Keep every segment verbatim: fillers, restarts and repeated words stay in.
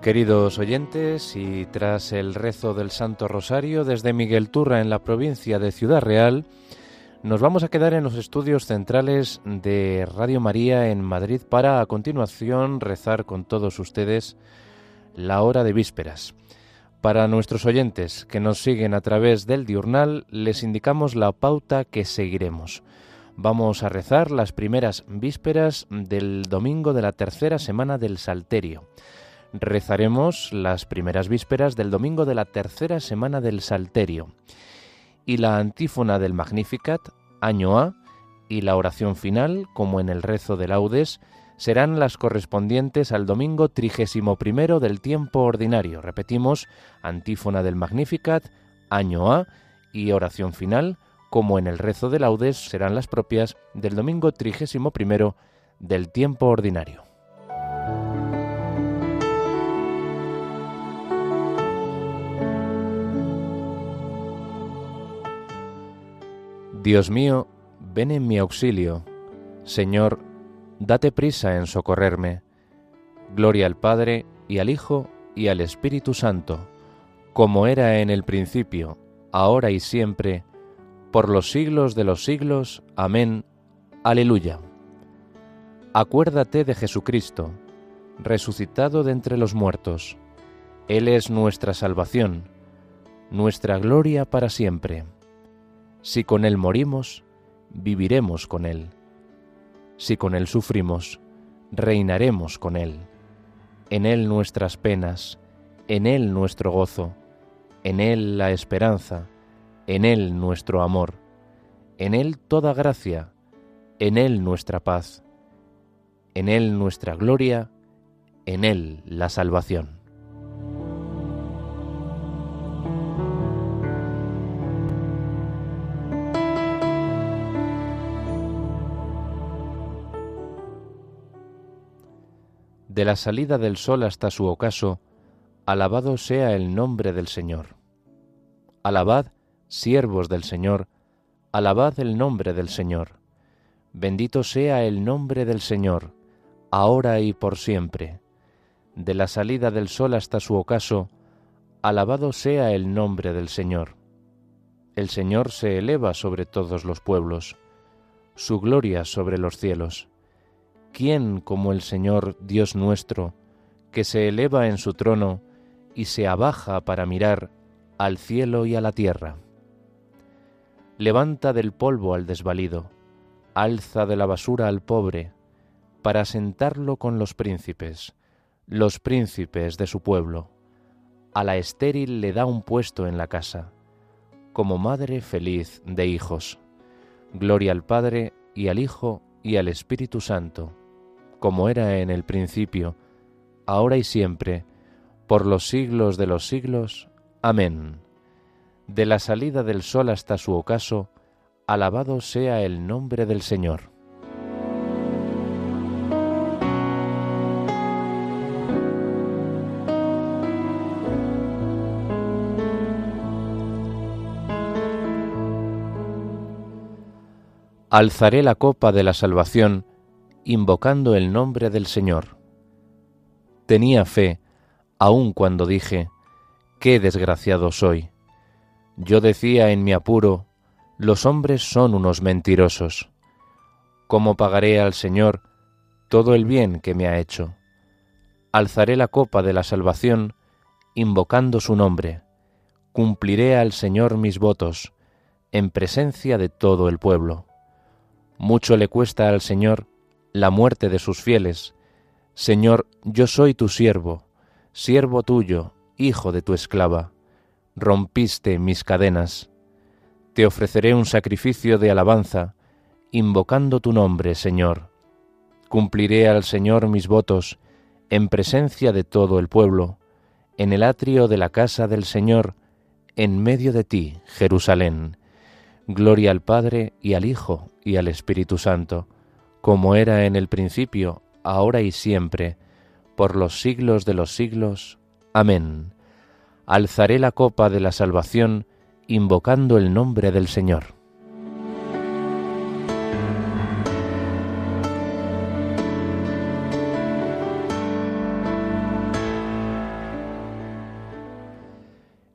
Queridos oyentes, y tras el rezo del Santo Rosario desde Miguel Turra en la provincia de Ciudad Real, nos vamos a quedar en los estudios centrales de Radio María en Madrid para a continuación rezar con todos ustedes la hora de vísperas. Para nuestros oyentes que nos siguen a través del diurnal, les indicamos la pauta que seguiremos. Vamos a rezar las primeras vísperas del domingo de la tercera semana del Salterio. Rezaremos las primeras vísperas del domingo de la tercera semana del Salterio. Y la antífona del Magnificat, año A, y la oración final, como en el rezo de laudes, serán las correspondientes al domingo trigésimo primero del tiempo ordinario. Repetimos, antífona del Magnificat, año A, y oración final, como en el rezo de laudes, serán las propias del domingo trigésimo primero del tiempo ordinario. Dios mío, ven en mi auxilio. Señor, date prisa en socorrerme. Gloria al Padre, y al Hijo, y al Espíritu Santo, como era en el principio, ahora y siempre, por los siglos de los siglos. Amén. Aleluya. Acuérdate de Jesucristo, resucitado de entre los muertos. Él es nuestra salvación, nuestra gloria para siempre. Si con Él morimos, viviremos con Él. Si con Él sufrimos, reinaremos con Él. En Él nuestras penas, en Él nuestro gozo, en Él la esperanza, en Él nuestro amor, en Él toda gracia, en Él nuestra paz, en Él nuestra gloria, en Él la salvación. De la salida del sol hasta su ocaso, alabado sea el nombre del Señor. Alabad, siervos del Señor, alabad el nombre del Señor. Bendito sea el nombre del Señor, ahora y por siempre. De la salida del sol hasta su ocaso, alabado sea el nombre del Señor. El Señor se eleva sobre todos los pueblos, su gloria sobre los cielos. ¿Quién como el Señor Dios nuestro, que se eleva en su trono y se abaja para mirar al cielo y a la tierra? Levanta del polvo al desvalido, alza de la basura al pobre, para sentarlo con los príncipes, los príncipes de su pueblo. A la estéril le da un puesto en la casa, como madre feliz de hijos. Gloria al Padre, y al Hijo, y al Espíritu Santo, como era en el principio, ahora y siempre, por los siglos de los siglos. Amén. De la salida del sol hasta su ocaso, alabado sea el nombre del Señor. Alzaré la copa de la salvación, invocando el nombre del Señor. Tenía fe, aun cuando dije, qué desgraciado soy. Yo decía en mi apuro, los hombres son unos mentirosos. ¿Cómo pagaré al Señor todo el bien que me ha hecho? Alzaré la copa de la salvación, invocando su nombre. Cumpliré al Señor mis votos, en presencia de todo el pueblo. Mucho le cuesta al Señor la muerte de sus fieles. Señor, yo soy tu siervo, siervo tuyo, hijo de tu esclava. Rompiste mis cadenas. Te ofreceré un sacrificio de alabanza, invocando tu nombre, Señor. Cumpliré al Señor mis votos, en presencia de todo el pueblo, en el atrio de la casa del Señor, en medio de ti, Jerusalén. Gloria al Padre, y al Hijo, y al Espíritu Santo, como era en el principio, ahora y siempre, por los siglos de los siglos. Amén. Alzaré la copa de la salvación, invocando el nombre del Señor.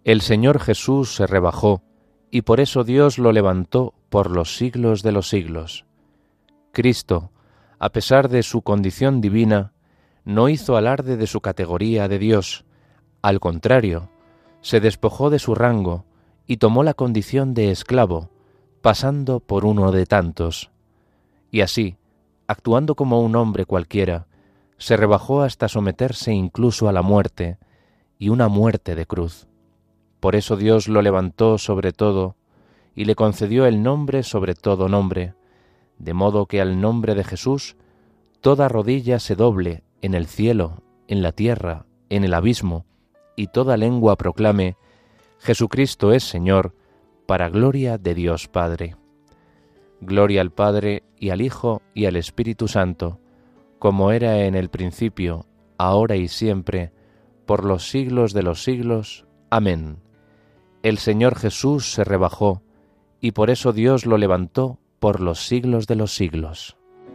El Señor Jesús se rebajó, y por eso Dios lo levantó por los siglos de los siglos. Cristo, a pesar de su condición divina, no hizo alarde de su categoría de Dios. Al contrario, se despojó de su rango y tomó la condición de esclavo, pasando por uno de tantos. Y así, actuando como un hombre cualquiera, se rebajó hasta someterse incluso a la muerte, y una muerte de cruz. Por eso Dios lo levantó sobre todo, y le concedió el nombre sobre todo nombre, de modo que al nombre de Jesús toda rodilla se doble en el cielo, en la tierra, en el abismo, y toda lengua proclame: Jesucristo es Señor, para gloria de Dios Padre. Gloria al Padre, y al Hijo, y al Espíritu Santo, como era en el principio, ahora y siempre, por los siglos de los siglos. Amén. El Señor Jesús se rebajó, y por eso Dios lo levantó por los siglos de los siglos.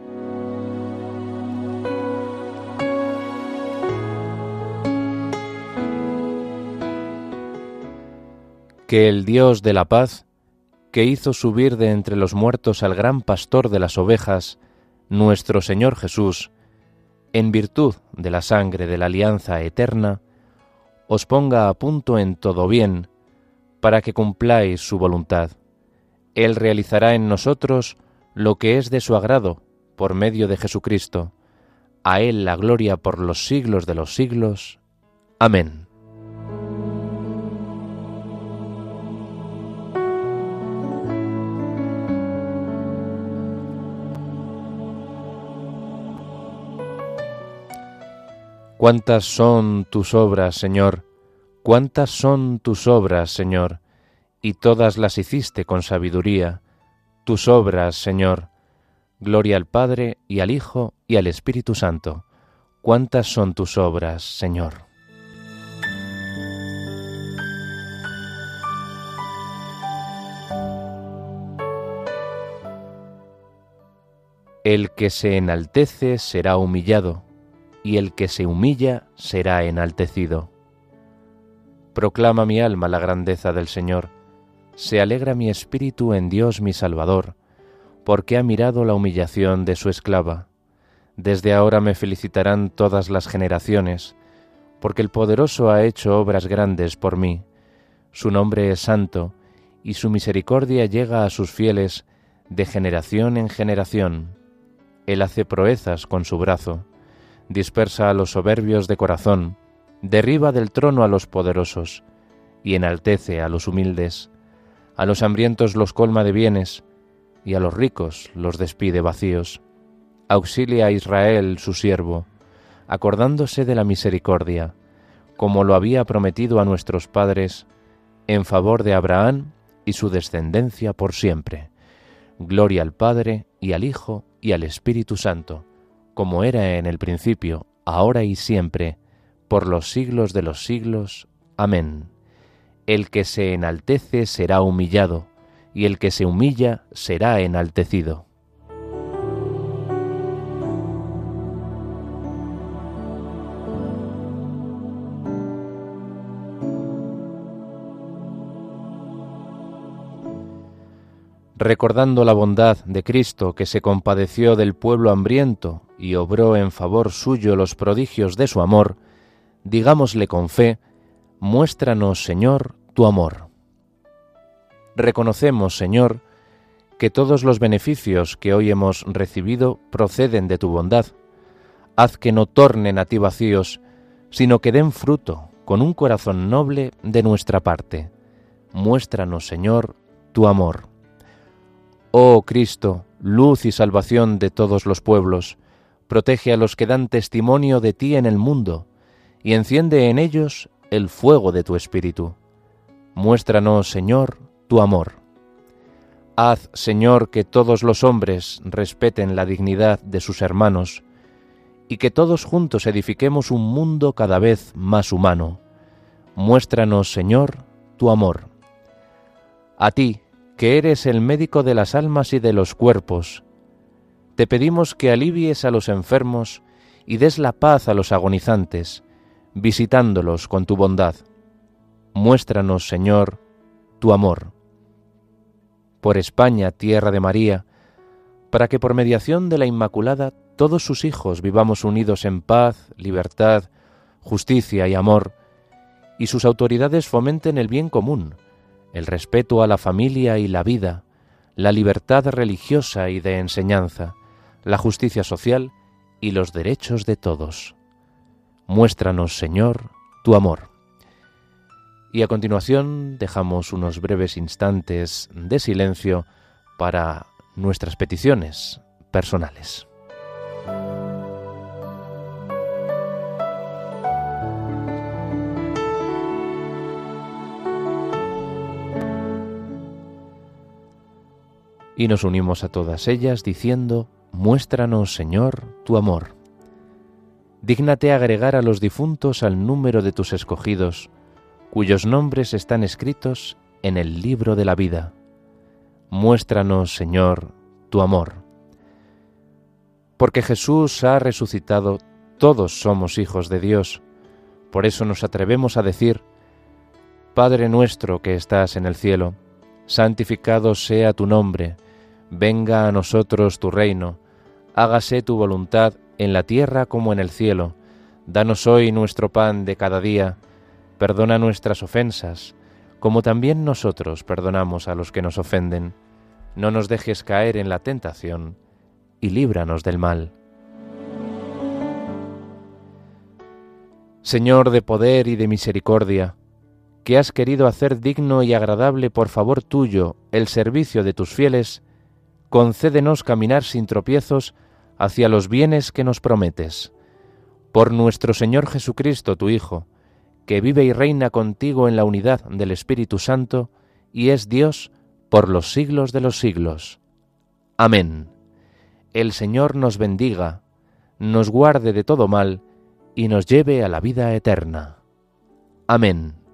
Que el Dios de la paz, que hizo subir de entre los muertos al gran pastor de las ovejas, nuestro Señor Jesús, en virtud de la sangre de la alianza eterna, os ponga a punto en todo bien, para que cumpláis su voluntad. Él realizará en nosotros lo que es de su agrado, por medio de Jesucristo. A Él la gloria por los siglos de los siglos. Amén. Cuántas son tus obras, Señor, cuántas son tus obras, Señor, y todas las hiciste con sabiduría. Tus obras, Señor. Gloria al Padre, y al Hijo, y al Espíritu Santo. Cuántas son tus obras, Señor. El que se enaltece será humillado, y el que se humilla será enaltecido. Proclama mi alma la grandeza del Señor. Se alegra mi espíritu en Dios mi Salvador, porque ha mirado la humillación de su esclava. Desde ahora me felicitarán todas las generaciones, porque el Poderoso ha hecho obras grandes por mí. Su nombre es santo, y su misericordia llega a sus fieles de generación en generación. Él hace proezas con su brazo, dispersa a los soberbios de corazón, derriba del trono a los poderosos, y enaltece a los humildes. A los hambrientos los colma de bienes, y a los ricos los despide vacíos. Auxilia a Israel su siervo, acordándose de la misericordia, como lo había prometido a nuestros padres, en favor de Abraham y su descendencia por siempre. Gloria al Padre, y al Hijo, y al Espíritu Santo, como era en el principio, ahora y siempre, por los siglos de los siglos. Amén. El que se enaltece será humillado, y el que se humilla será enaltecido. Recordando la bondad de Cristo, que se compadeció del pueblo hambriento y obró en favor suyo los prodigios de su amor, digámosle con fe: muéstranos, Señor, tu amor. Reconocemos, Señor, que todos los beneficios que hoy hemos recibido proceden de tu bondad. Haz que no tornen a ti vacíos, sino que den fruto con un corazón noble de nuestra parte. Muéstranos, Señor, tu amor. Oh Cristo, luz y salvación de todos los pueblos, protege a los que dan testimonio de ti en el mundo, y enciende en ellos el fuego de tu Espíritu. Muéstranos, Señor, tu amor. Haz, Señor, que todos los hombres respeten la dignidad de sus hermanos, y que todos juntos edifiquemos un mundo cada vez más humano. Muéstranos, Señor, tu amor. A ti, que eres el médico de las almas y de los cuerpos, te pedimos que alivies a los enfermos y des la paz a los agonizantes, visitándolos con tu bondad. muéstranos, Señor, tu amor. Por España, tierra de María, para que por mediación de la Inmaculada todos sus hijos vivamos unidos en paz, libertad, justicia y amor, y sus autoridades fomenten el bien común, el respeto a la familia y la vida, la libertad religiosa y de enseñanza, la justicia social y los derechos de todos. Muéstranos, Señor, tu amor. Y a continuación dejamos unos breves instantes de silencio para nuestras peticiones personales. Y nos unimos a todas ellas diciendo: muéstranos, Señor, tu amor. Dígnate agregar a los difuntos al número de tus escogidos, cuyos nombres están escritos en el libro de la vida. Muéstranos, Señor, tu amor. Porque Jesús ha resucitado, todos somos hijos de Dios. Por eso nos atrevemos a decir: Padre nuestro que estás en el cielo, santificado sea tu nombre, venga a nosotros tu reino, hágase tu voluntad en la tierra como en el cielo. Danos hoy nuestro pan de cada día, perdona nuestras ofensas, como también nosotros perdonamos a los que nos ofenden. No nos dejes caer en la tentación, y líbranos del mal. Señor de poder y de misericordia, que has querido hacer digno y agradable por favor tuyo el servicio de tus fieles, concédenos caminar sin tropiezos hacia los bienes que nos prometes. Por nuestro Señor Jesucristo, tu Hijo, que vive y reina contigo en la unidad del Espíritu Santo, y es Dios por los siglos de los siglos. Amén. El Señor nos bendiga, nos guarde de todo mal, y nos lleve a la vida eterna. Amén.